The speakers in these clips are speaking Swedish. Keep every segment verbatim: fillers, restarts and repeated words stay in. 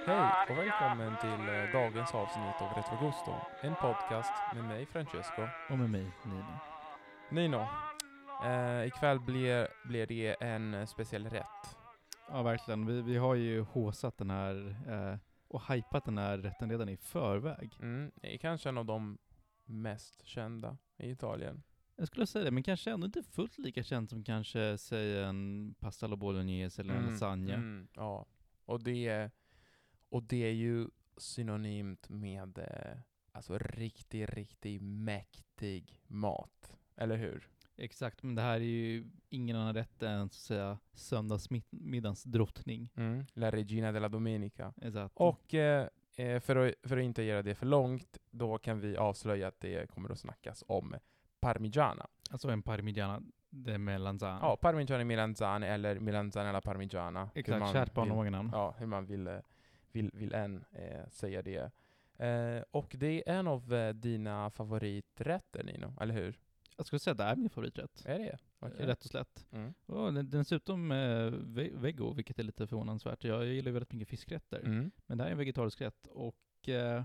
Hej och välkommen till eh, dagens avsnitt av Retrogusto, en podcast med mig Francesco. Och med mig, Nino. Nino, eh, ikväll blir, blir det en eh, speciell rätt. Ja, verkligen. Vi, vi har ju håsat den här eh, och hypat den här rätten redan i förväg. Mm, det är kanske en av de mest kända i Italien. Jag skulle säga det, men kanske ändå inte fullt lika känt som kanske säga en pasta alla bolognese eller en Mm, lasagne. Mm, ja, och det, och det är ju synonymt med eh, alltså riktigt, riktigt mäktig mat. Eller hur? Exakt, men det här är ju ingen annan rätt än så att säga söndagsmiddagens drottning. Mm, La Regina della Domenica. Exakt. Och eh, för, att, för att inte göra det för långt, då kan vi avslöja att det kommer att snackas om parmigiana. Alltså en parmigiana de melanzane. Ja, parmigiana melanzane eller melanzane alla parmigiana. Exakt, kärt barn och många namn. Ja, hur man vill, vill, vill än eh, säga det. Eh, och det är en av eh, dina favoriträtter, Nino, eller hur? Jag skulle säga att det är min favoriträtt. Är det? Okay. Rätt och slätt. Mm. Och den, dessutom eh, vego, vilket är lite förvånansvärt. Jag gillar väldigt mycket fiskrätter. Mm. Men det här är en vegetarisk rätt. Och eh,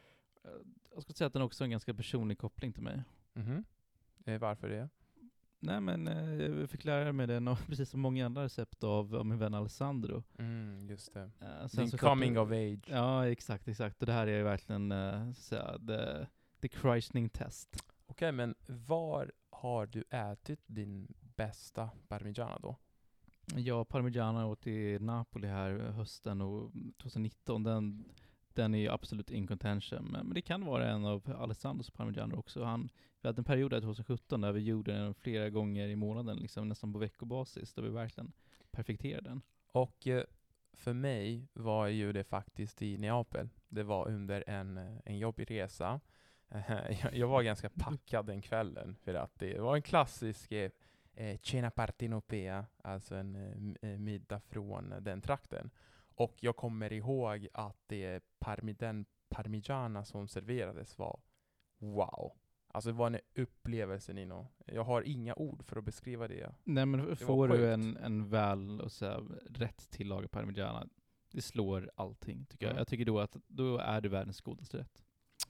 jag skulle säga att den också har en ganska personlig koppling till mig. Mm-hmm. Eh, varför det? Nej, men eh, jag fick lära mig den, och precis som många andra recept av, av min vän Alessandro. Mm, just det. Eh, Din coming jag, of age. Ja, exakt, exakt. Och det här är verkligen eh, så att säga, the, the Christening test. Okej, okay, men var har du ätit din bästa parmigiana då? Ja, parmigiana åt i Napoli här hösten och tjugonitton. Den, den är ju absolut in contention. Men, men det kan vara en av Alessandros parmigiana också. Han, vi hade en period där tjugosjutton där vi gjorde den flera gånger i månaden, liksom nästan på veckobasis, där vi verkligen perfekterade den. Och eh, för mig var ju det faktiskt i Neapel. Det var under en, en jobbig resa. jag, jag var ganska packad den kvällen för att det var en klassisk eh, cena partenopea, alltså en eh, middag från den trakten. Och jag kommer ihåg att det parmi, den parmigiana som serverades var wow. Alltså det var en upplevelse, Nino. Jag har inga ord för att beskriva det. Nej, men får du en, en väl och så här, rätt tillagad parmigiana, det slår allting, tycker mm. jag. Jag tycker då att då är det världens godaste rätt.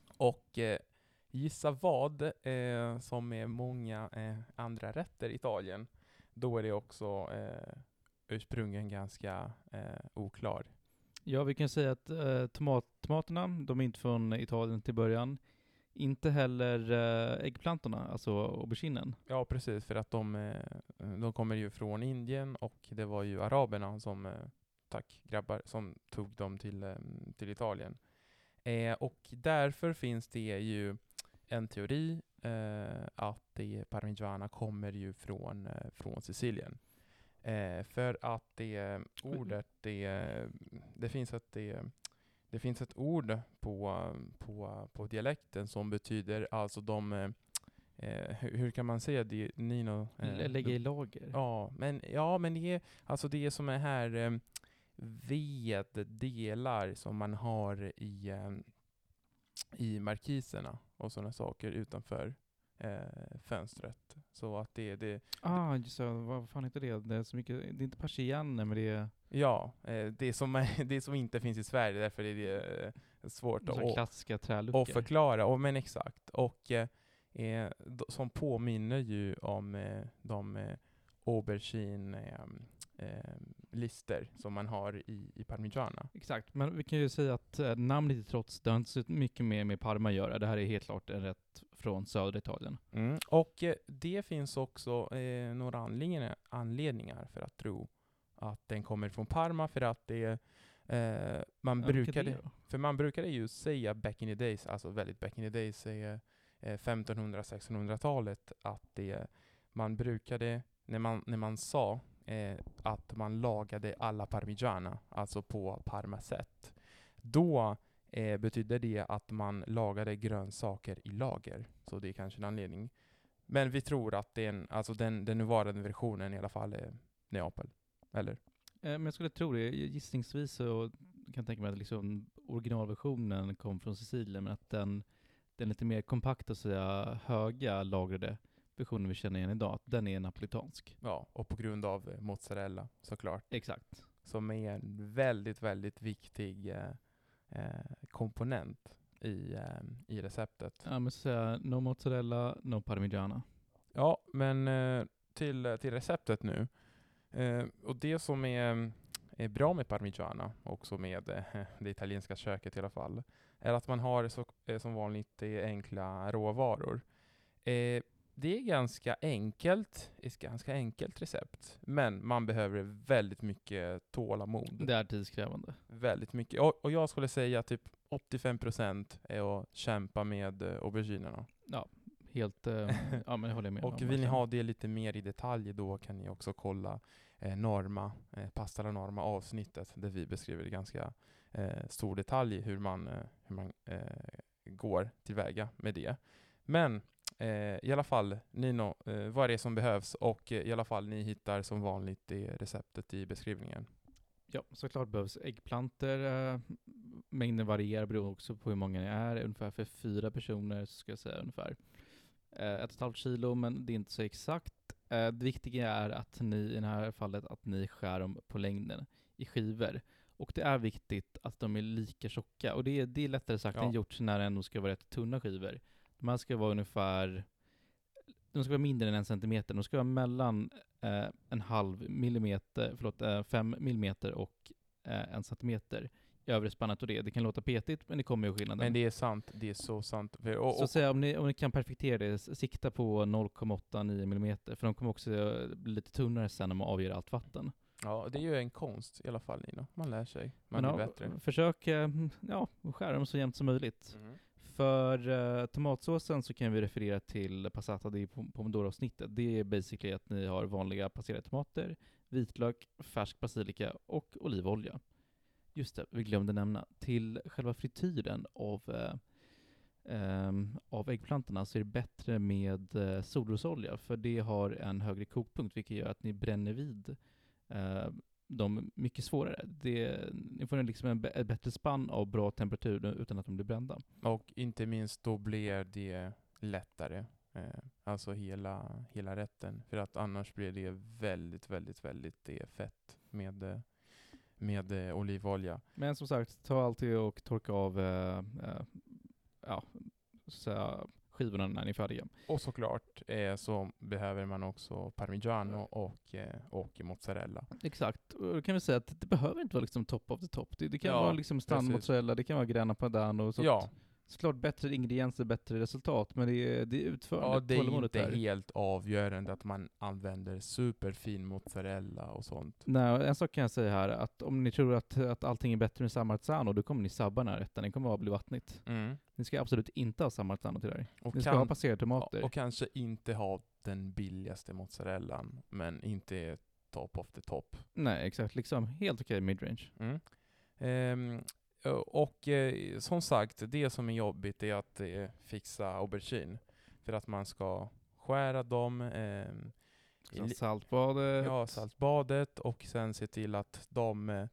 Och eh, gissa vad, eh, som är många eh, andra rätter i Italien, då är det också eh, ursprungligen ganska eh, oklar. Ja, vi kan säga att eh, tomat, tomaterna, de är inte från Italien till början. Inte heller äh, äggplantorna, alltså auberginen. Ja, precis. För att de, eh, de kommer ju från Indien och det var ju araberna som, eh, tack grabbar, som tog dem till, eh, till Italien. Eh, och därför finns det ju en teori eh, att det parmigiana kommer ju från, eh, från Sicilien. Eh, för att det ordet, det, det finns ett... Det, Det finns ett ord på, på, på dialekten som betyder, alltså de, eh, hur, hur kan man säga det, Nino? Eh, Lägga i lager. Ja, men, ja, men det är, alltså det är som är här eh, veddelar som man har i, eh, i markiserna och sådana saker utanför eh, fönstret. Så att det, det Ah, just så, vad fan heter det? Det är så mycket, det är inte persienner, men det är... Ja, eh, det, som är, det som inte finns i Sverige, därför är det eh, svårt att, klassiska träluckor. att förklara. Och, men exakt. Och eh, d- som påminner ju om eh, de eh, aubergine eh, eh, lister som man har i, i parmigiana. Exakt, men vi kan ju säga att eh, namnet i trots, det har inte så mycket med, med Parma att göra. Det här är helt klart en rätt från södra Italien. Mm. Och eh, det finns också eh, några anledningar, anledningar för att tro att den kommer från Parma, för att det eh, man ja, brukade för man brukade ju säga back in the days, alltså väldigt back in the days, säga eh, femtonhundra-sextonhundratalet, att det man brukade när man när man sa eh, att man lagade alla parmigiana, alltså på Parma-sätt, då eh, betydde det att man lagade grönsaker i lager. Så det är kanske en anledning. Men vi tror att det är en, alltså den den nuvarande versionen i alla fall är Neapel. Eller? Eh, men jag skulle tro det. Gissningsvis så kan jag tänka mig att liksom originalversionen kom från Sicilien, men att den, den lite mer kompakta och säga höga lagrade versionen vi känner igen idag, att den är napolitansk. Ja, och på grund av mozzarella såklart. Exakt. som är en väldigt, väldigt viktig eh, eh, komponent i, eh, i receptet. Ja, men så säga, no mozzarella, no parmigiana. Ja, men eh, till, till receptet nu. Eh, och det som är, är bra med parmigiana, också med eh, det italienska köket i alla fall, är att man har så, eh, som vanligt eh, enkla råvaror. Eh, det är ganska enkelt, ett ganska enkelt recept, men man behöver väldigt mycket tålamod. Det är tidskrävande. Väldigt mycket. Och, och jag skulle säga typ åttiofem procent är att kämpa med eh, auberginerna. Ja, helt, eh, ja men jag håller med. Och vill ni ha det lite mer i detalj, då kan ni också kolla eh, Norma, eh, Pasta alla Norma avsnittet, där vi beskriver i ganska eh, stor detalj hur man, eh, hur man eh, går tillväga med det. Men eh, i alla fall, Nino, eh, vad är det som behövs? Och eh, i alla fall, ni hittar som vanligt det receptet i beskrivningen. Ja, såklart behövs äggplantor. Eh, mängden varierar beroende också på hur många ni är. Ungefär för fyra personer så ska jag säga ungefär eh, ett och ett halvt kilo, men det är inte så exakt. Eh, det viktiga är att ni i det här fallet att ni skär dem på längden i skivor. Och det är viktigt att de är lika tjocka. Och det är, det är lättare sagt Ja. än gjort när det ändå ska vara rätt tunna skivor. De här ska vara ungefär, de ska vara mindre än en centimeter. De ska vara mellan eh, en halv millimeter, förlåt, eh, fem millimeter och eh, en centimeter i övre spannet. Och det, det kan låta petigt, men det kommer ju skillnaden. Men det är sant, det är så sant. För, och, Så och, säga, om, ni, om ni kan perfektera det, sikta på noll komma åtta nio millimeter. För de kommer också bli lite tunnare sen när man avger allt vatten. ja, det är ju en konst i alla fall, Nino. Man lär sig, man Men blir ja, bättre. försök eh, ja, skära dem så jämnt som möjligt. Mm. För uh, tomatsåsen så kan vi referera till passata di pomodoro-avsnittet. Det är basically att ni har vanliga passerade tomater, vitlök, färsk basilika och olivolja. Just det, vi glömde nämna. Till själva frityren av, uh, um, av äggplantorna så är det bättre med uh, solrosolja, för det har en högre kokpunkt, vilket gör att ni bränner vid uh, de mycket svårare. Det, ni får liksom en, ett bättre spann av bra temperatur utan att de blir brända. Och inte minst då blir det lättare. Eh, alltså hela, hela rätten. För att annars blir det väldigt, väldigt, väldigt det är fett med, eh, med eh, olivolja. Men som sagt, ta alltid och torka av eh, eh, ja, så, äh, skivorna när ni är färdiga. Och såklart eh, så behöver man också parmigiano och, eh, och mozzarella. Exakt. Och då kan vi säga att det behöver inte vara liksom top of the top. Det, det kan Ja, vara liksom standmozzarella, det kan vara grana padano. Så Ja. såklart bättre ingredienser, bättre resultat, men det är, det är utförande. Ja, det är tålamodet inte här. helt avgörande att man använder superfin mozzarella och sånt. Nej, en sak kan jag säga här, att om ni tror att, att allting är bättre med Sammarzano, då kommer ni sabba den här rätten. Den kommer att bli vattnigt. Mm. Ni ska absolut inte ha Sammarzano till det här. Och, Ni ska kan, ha passerade tomater. och kanske inte ha den billigaste mozzarellan, men inte top of the top. Nej, exakt. Liksom helt okej midrange. Mm. Ehm, och eh, som sagt, det som är jobbigt är att eh, fixa aubergine. För att man ska skära dem, eh, Så saltbadet. ja, saltbadet, och sen se till att de, eh,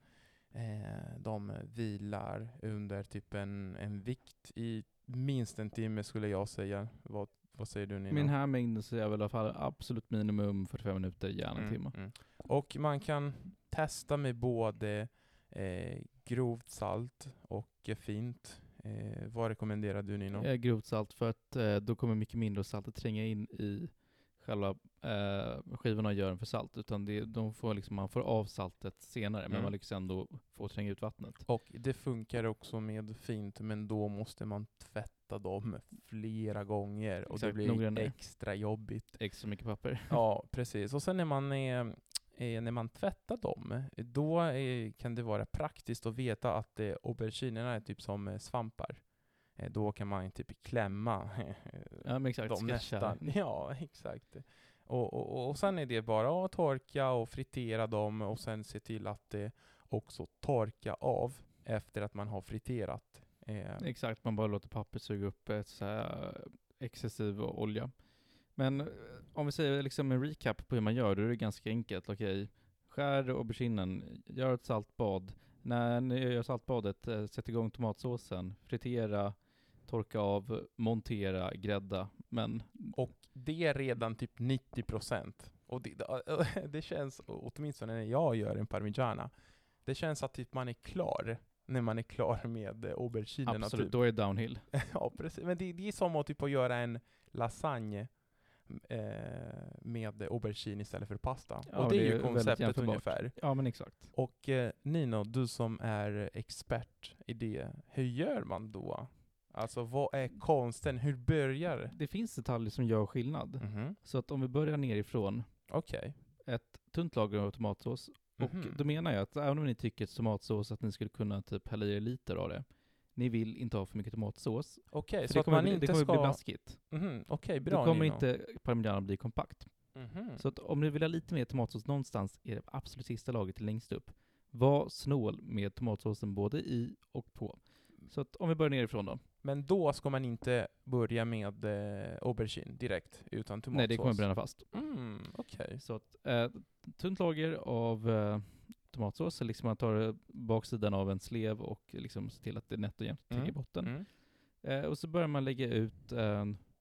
de vilar under typ en, en vikt i minst en timme, skulle jag säga. Vad, vad säger du, Nina? Min här mängden så är väl i alla fall absolut minimum fyrtiofem minuter, gärna en Mm, timme. mm. Och man kan testa med både eh, grovt salt och eh, fint. Eh, vad rekommenderar du, Nino? Eh, grovt salt, för att eh, då kommer mycket mindre saltet tränga in i själva eh, skivorna och gör den för salt. Utan det, de får liksom, man får av saltet senare, Mm. men man liksom ändå får tränga ut vattnet. Och det funkar också med fint, men då måste man tvätta dem flera gånger. Och Exakt, det blir noggrannare. extra jobbigt. Extra mycket papper. Ja, precis. Och sen när man, är, är, när man tvättar dem, då är, kan det vara praktiskt att veta att eh, auberginerna är typ som eh, svampar. Eh, då kan man typ klämma Ja, men exakt. dem sketcha. nästan. Ja, exakt. Och, och, och sen är det bara att torka och fritera dem, och sen se till att det också torka av efter att man har friterat. Eh, Exakt, man bara låter papper suga upp ett så här excessiv olja. Men eh, om vi säger liksom en recap på hur man gör, då är det ganska enkelt. Okej, skär auberginen, gör ett saltbad. När ni gör saltbadet, eh, sätt igång tomatsåsen, fritera, torka av, montera, grädda. Men Och det är redan typ nittio procent. Och det, det känns, åtminstone när jag gör en parmigiana, Det känns att typ man är klar när man är klar med eh, auberginerna. Absolut, Typ. då är det downhill. Ja, precis. Men det, det är som att typ att göra en lasagne eh, med aubergine istället för pasta. Ja, och det, det är är ju väldigt konceptet jämförbart. ungefär. Ja, men exakt. Och eh, Nino, du som är expert i det, hur gör man då? Alltså vad är konsten? Hur börjar? Det finns detaljer som gör skillnad. Mhm. Så att om vi börjar nerifrån, Okej. ett tunt lager av tomatsås. Och Mhm. då menar jag att även om ni tycker att tomatsås att ni skulle kunna typ hälla i er liter av det, ni vill inte ha för mycket tomatsås. Okej, För så det att kommer, man bli, inte det kommer ska... bli blaskigt. Mhm. Okej, bra Då kommer Nino. inte parmigiano bli kompakt. Mhm. Så att om ni vill ha lite mer tomatsås någonstans i det absolut sista lagret längst upp, var snål med tomatsåsen både i och på. Så att om vi börjar nerifrån då. Men då ska man inte börja med eh, aubergine direkt, utan tomatsås? Nej, det kommer bränna fast. Mm, okej. Så att eh, tunt lager av eh, tomatsås, så liksom man tar baksidan av en slev och liksom ser till att det är nätt och jämnt ligger i botten. Mm. Eh, och så börjar man lägga ut eh,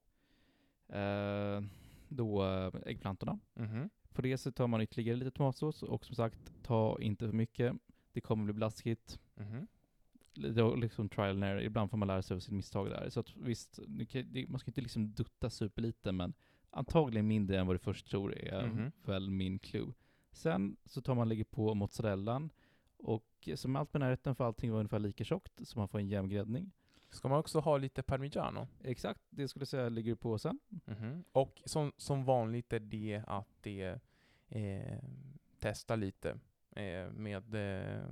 eh, då eh, äggplantorna. Mhm. På det så tar man ytterligare lite tomatsås och som sagt, ta inte för mycket. Det kommer bli blaskigt. Mhm. Det är liksom trial and error. Ibland får man lära sig av sitt misstag där. Så att visst, det kan- det- man ska inte liksom dutta superlite, men antagligen mindre än vad du först tror är Mhm. väl min clue. Sen så tar man lägger på mozzarellan och som allt med den här rätten får allting vara ungefär lika tjockt så man får en jämn gräddning. Ska man också ha lite parmigiano? Exakt, det skulle jag säga ligger på sen. Mhm. Och som, som vanligt är det att det eh, testa lite eh, med eh,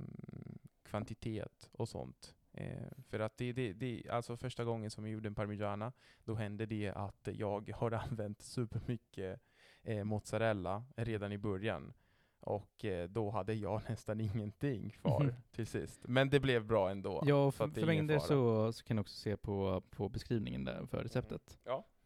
kvantitet och sånt. Eh, för att det, det, det, alltså första gången som jag gjorde en parmigiana, då hände det att jag har använt supermycket eh, mozzarella redan i början. Och eh, då hade jag nästan ingenting kvar Mhm. till sist. Men det blev bra ändå. Ja, så för, att det för är ingen mängder fara. så, så kan du också se på, på beskrivningen där för receptet.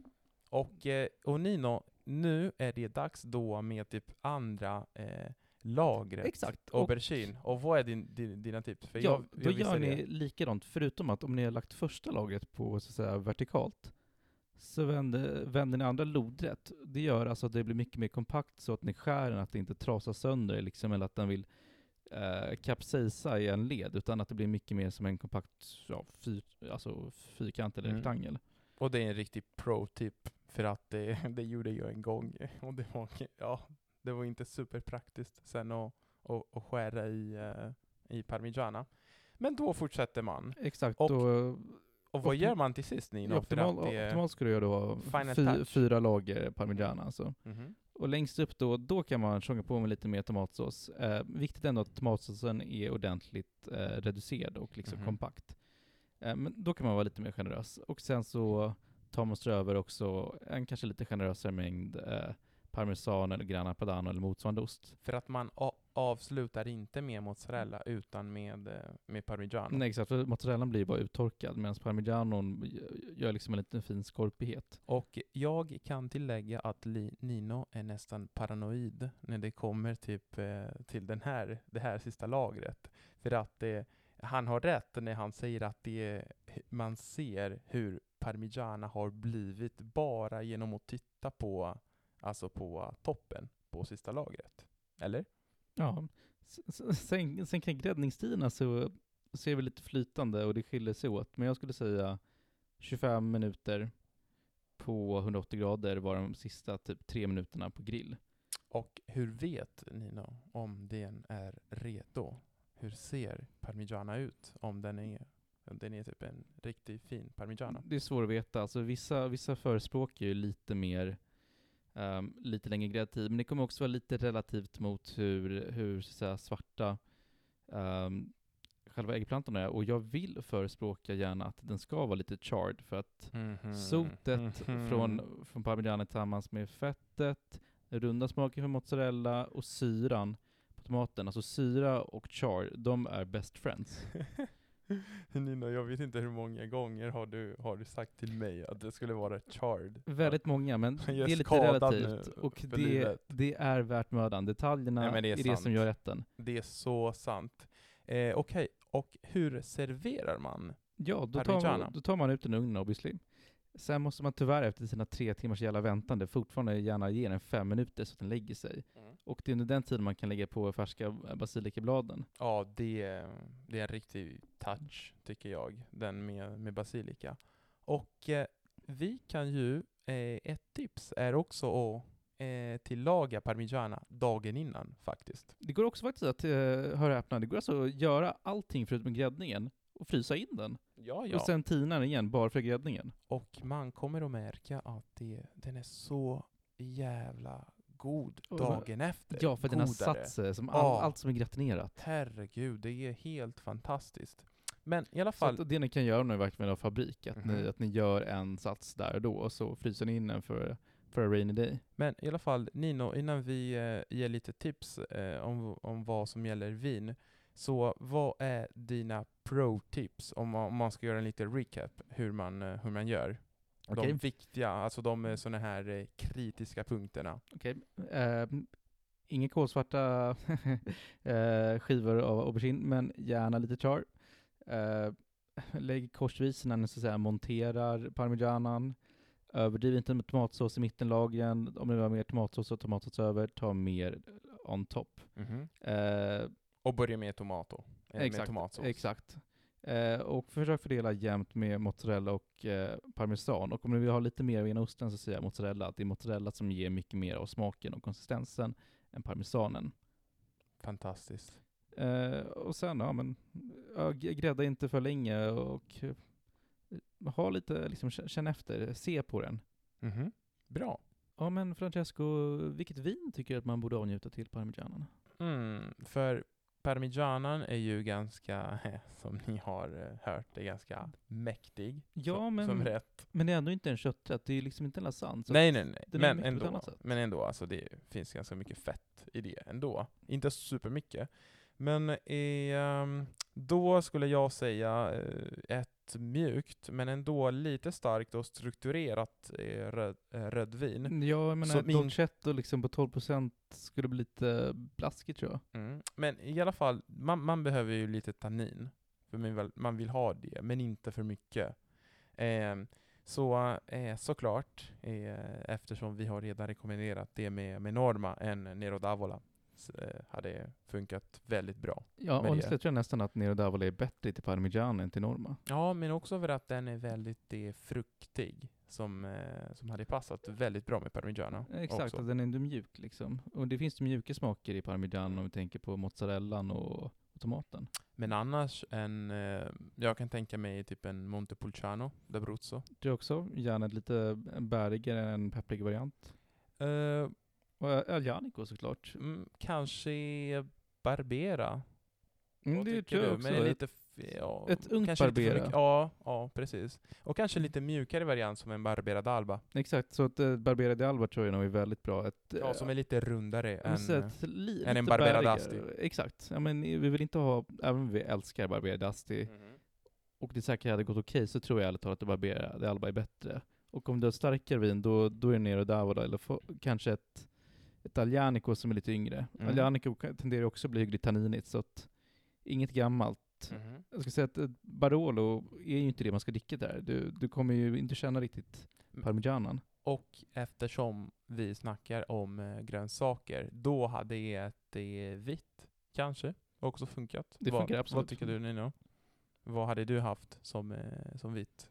Och, eh, och Nino, nu är det dags då med typ andra eh, lagret. Exakt. Och Aubergine. Och vad är din, din, dina tips? För ja, jag, då jag visste gör ni det. likadant, förutom att om ni har lagt första lagret på så att säga vertikalt, så vänder, vänder ni andra lodrätt. Det gör alltså att det blir mycket mer kompakt så att ni skär den, att det inte trasar sönder liksom, eller att den vill eh, kapsejsa i en led, utan att det blir mycket mer som en kompakt ja, fyr, alltså fyrkant eller Mm. rektangel. Och det är en riktig pro-tip. För att det, det gjorde jag en gång. Och det var, ja, det var inte superpraktiskt sen att, att, att skära i, eh, i parmigiana. Men då fortsätter man. Exakt. Och- då, Och vad Optim- gör man till sist, Nino? ja, för optimal, att det... optimalt ska du göra då Final fy, touch. fyra lager parmigiana alltså. Mhm. Och längst upp då, då kan man tjonga på med lite mer tomatsås. Eh, viktigt ändå att tomatsåsen är ordentligt eh, reducerad och liksom Mhm. kompakt. Eh, men då kan man vara lite mer generös. Och sen så tar man strö över också en kanske lite generösare mängd eh, parmesan eller grana padano eller motsvarande ost. För att man a- avslutar inte med mozzarella utan med, eh, med parmigiano. Nej exakt, för mozzarellan blir bara uttorkad medan parmigianon gör liksom en liten fin skorpighet. Och jag kan tillägga att Li- Nino är nästan paranoid när det kommer typ, eh, till den här, det här sista lagret. För att eh, han har rätt när han säger att det, man ser hur parmigiana har blivit bara genom att titta på, alltså på toppen på sista lagret. Eller? Ja, S- s- sen, sen kring gräddningstiderna så, så är det lite flytande och det skiljer sig åt. Men jag skulle säga tjugofem minuter på hundraåttio grader var de sista typ tre minuterna på grill. Och hur vet Nino om den är redo? Hur ser parmigiana ut om den är, om den är typ en riktigt fin parmigiana? Det är svårt att veta. Alltså vissa, vissa förespråkar ju lite mer um, lite längre gräddtid, men det kommer också vara lite relativt mot hur, hur så att säga, svarta um, själva äggplantorna är. Och jag vill förespråka gärna att den ska vara lite charred för att Mhm. sotet Mhm. från, från parmigiana tillsammans med fettet, runda smaken för mozzarella och syran på tomaten. Alltså syra och char, de är best friends. Nino, jag vet inte hur många gånger har du, har du sagt till mig att det skulle vara charred. Väldigt många, men Jag är det är lite skadad relativt. nu Och för det, livet. det är värt mödan. Detaljerna Nej, men det är är, det sant. som gör rätten. Det är så sant. Eh, Okej, och hur serverar man? Ja, då tar, Parmigiana. man, då tar man ut en ugn obviously. Sen måste man tyvärr efter sina tre timmars jävla väntande fortfarande gärna ge den fem minuter så att den lägger sig. Mm. Och det är under den tiden man kan lägga på färska basilikabladen. Ja, det, det är en riktig touch tycker jag, den med, med basilika. Och eh, vi kan ju, eh, ett tips är också att eh, tillaga parmigiana dagen innan faktiskt. Det går också faktiskt att, eh, höra öppna, det går alltså att göra allting förutom gräddningen och frysa in den. Ja, ja. Och sen tina den igen bara för gräddningen. Och man kommer att märka att det, den är så jävla god Och- dagen efter. Ja, för den har Godare. satt sig som all, Ja. allt som är gratinerat. Herregud, det är helt fantastiskt. Men i alla Så fall, att det ni kan göra när ni verkligen har fabrik, att, Mhm. ni, att ni gör en sats där och då och så fryser ni in den för, för a rainy day. men i alla fall Nino, innan vi eh, ger lite tips eh, om, om vad som gäller vin, så vad är dina pro-tips om, man- om man ska göra en liten recap hur man, eh, hur man gör? Okej. De viktiga, alltså de eh, såna här eh, kritiska punkterna. Okej. Ehm, inga kolsvarta eh, skivor av aubergine, men gärna lite char. Eh, lägg korsvis när ni så att säga monterar parmigianan. Överdriv inte med tomatsås i mittenlagen. Om ni vill ha mer tomatsås och tomatsås över, ta mer on top. Mhm. Eh, Och börja med tomato. Eh, med exakt, tomatsås. exakt. Eh, och försök fördela jämnt med mozzarella och eh, parmesan. Och om ni vill ha lite mer av ena osten så säger jag mozzarella. Att det är mozzarella som ger mycket mer av smaken och konsistensen än parmesanen. Fantastiskt. Eh, och sen, ja men, ja, g- grädda inte för länge och eh, ha lite, liksom k- känn efter, se på den. Mhm. Bra. Ja men Francesco, vilket vin tycker du att man borde avnjuta till parmigianan? Mm, för parmigianan är ju ganska, som ni har eh, hört, är ganska mäktig. Ja, som, men- som rätt. Men det är ändå inte en kötträtt, det är liksom inte en lasagne. så Nej, att nej, nej. den är Men mycket på ett ändå, annat sätt. men ändå, alltså det finns ganska mycket fett i det ändå. Inte supermycket. Men eh, då skulle jag säga eh, ett mjukt, men ändå lite starkt och strukturerat eh, röd, eh, rödvin. Ja, jag menar, Så ett min- dolcetto liksom på tolv procent skulle bli lite blaskigt tror jag. Mm. Men i alla fall, man, man behöver ju lite tannin. För man vill, man vill ha det, men inte för mycket. Eh, så eh, såklart, eh, eftersom vi har redan rekommenderat det med, med Norma, en Nero d'Avola, så, eh, hade funkat väldigt bra. Ja, Med och det. jag tror nästan att Nero d'Avola är bättre till parmigiana än till Norma. Ja, men också för att den är väldigt eh, fruktig, som, eh, som hade passat väldigt bra med parmigiana. Exakt, också. att den är ändå mjuk liksom. Och det finns ju mjuka smaker i parmigiana om vi tänker på mozzarellan och, och tomaten. Men annars, en, eh, jag kan tänka mig typ en Montepulciano d'Abruzzo. Det är också gärna lite bärigare än pepprig variant. Eh, Och Aglianico såklart. mm, kanske Barbera. Mm, Vad det tycker tror jag du? också. Men Ett- lite, f- ja, ett ungt kanske lite för Barbera. mycket- Ja, ja, precis. Och kanske lite mjukare variant som en Barbera d'Alba. Exakt, så att uh, Barbera di Alba tror jag nog är väldigt bra. Ett, Ja, som är lite rundare ja, men än... så ett li, än en lite Barbera bärigare. d'Asti. Exakt. Ja, men vi vill inte ha, även om vi älskar Barbera d'Asti Mhm. och det säkert hade gått okej, så tror jag ärligt talat att Barbera di Alba är bättre. Och om du har starkare vin, då, då är det Nero d'Avola eller få, kanske ett, ett Aglianico som är lite yngre. Mm. Aglianico kan- tenderar också att bli hyggligt tanninigt, så att inget gammalt. Mhm. Jag ska säga att ett Barolo är ju inte det man ska dricka där. Du, du kommer ju inte känna riktigt parmigianan. Och eftersom vi snackar om eh, grönsaker, då hade ett eh, vitt kanske också funkat. Det vad, funkar absolut. Vad tycker du Nino? Vad hade du haft som, eh, som vitt?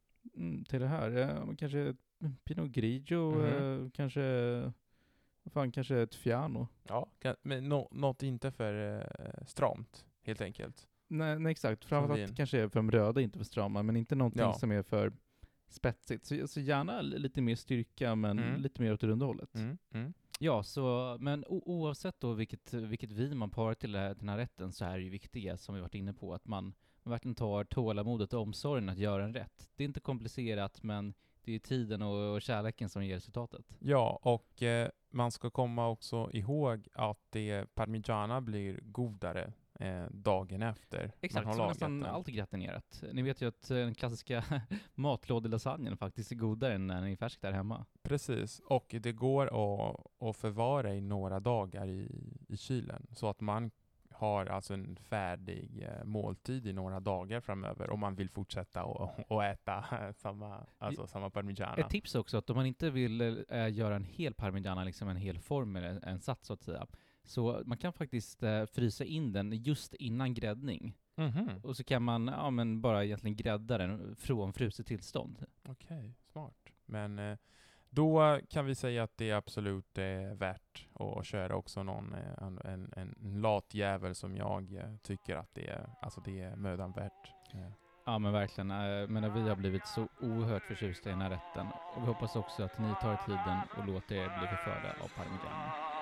Mm, till det här, eh, men kanske ett Pinot Grigio, Mhm. eh, kanske, vad fan, kanske ett Fiano. Ja, kan, men no, något inte för eh, stramt, helt enkelt. Nej, nej exakt, framförallt vin. kanske är för de röda, inte för strama, men inte någonting Ja. som är för spetsigt. Så, så gärna li- lite mer styrka, men Mm. lite mer åt det runda hållet. Mm. Mm. Ja, så, men o- oavsett då vilket, vilket vin man parar till det här- den här rätten, så är det ju viktiga, som vi varit inne på, att man, man verkligen tar tålamodet och omsorgen att göra en rätt. Det är inte komplicerat, men det är tiden och, och kärleken som ger resultatet. Ja, och eh, man ska komma också ihåg att det parmigiana blir godare eh, dagen efter Exakt, man har som lagat nästan den. allt gratinerat. Ni vet ju att eh, den klassiska matlådelasagnen faktiskt är godare än när den är färsk där hemma. Precis, och det går att, att förvara i några dagar i, i kylen så att man har alltså en färdig eh, måltid i några dagar framöver om man vill fortsätta och, och äta samma, alltså samma parmigiana. Ett tips också, att om man inte vill äh, göra en hel parmigiana, liksom en hel form eller en sats så att säga, så man kan faktiskt äh, frysa in den just innan gräddning. Mm-hmm. Och så kan man ja, men bara egentligen grädda den från fruset tillstånd. Okej, okay, smart. Men eh, då kan vi säga att det absolut är värt att köra också någon en, en, en lat jävel som jag eh, tycker att det är, alltså det är mödan värt. Eh. Ja men verkligen, äh, men vi har blivit så oerhört förtjusta i den här rätten och vi hoppas också att ni tar tiden och låter er bli förförda av parmigiana.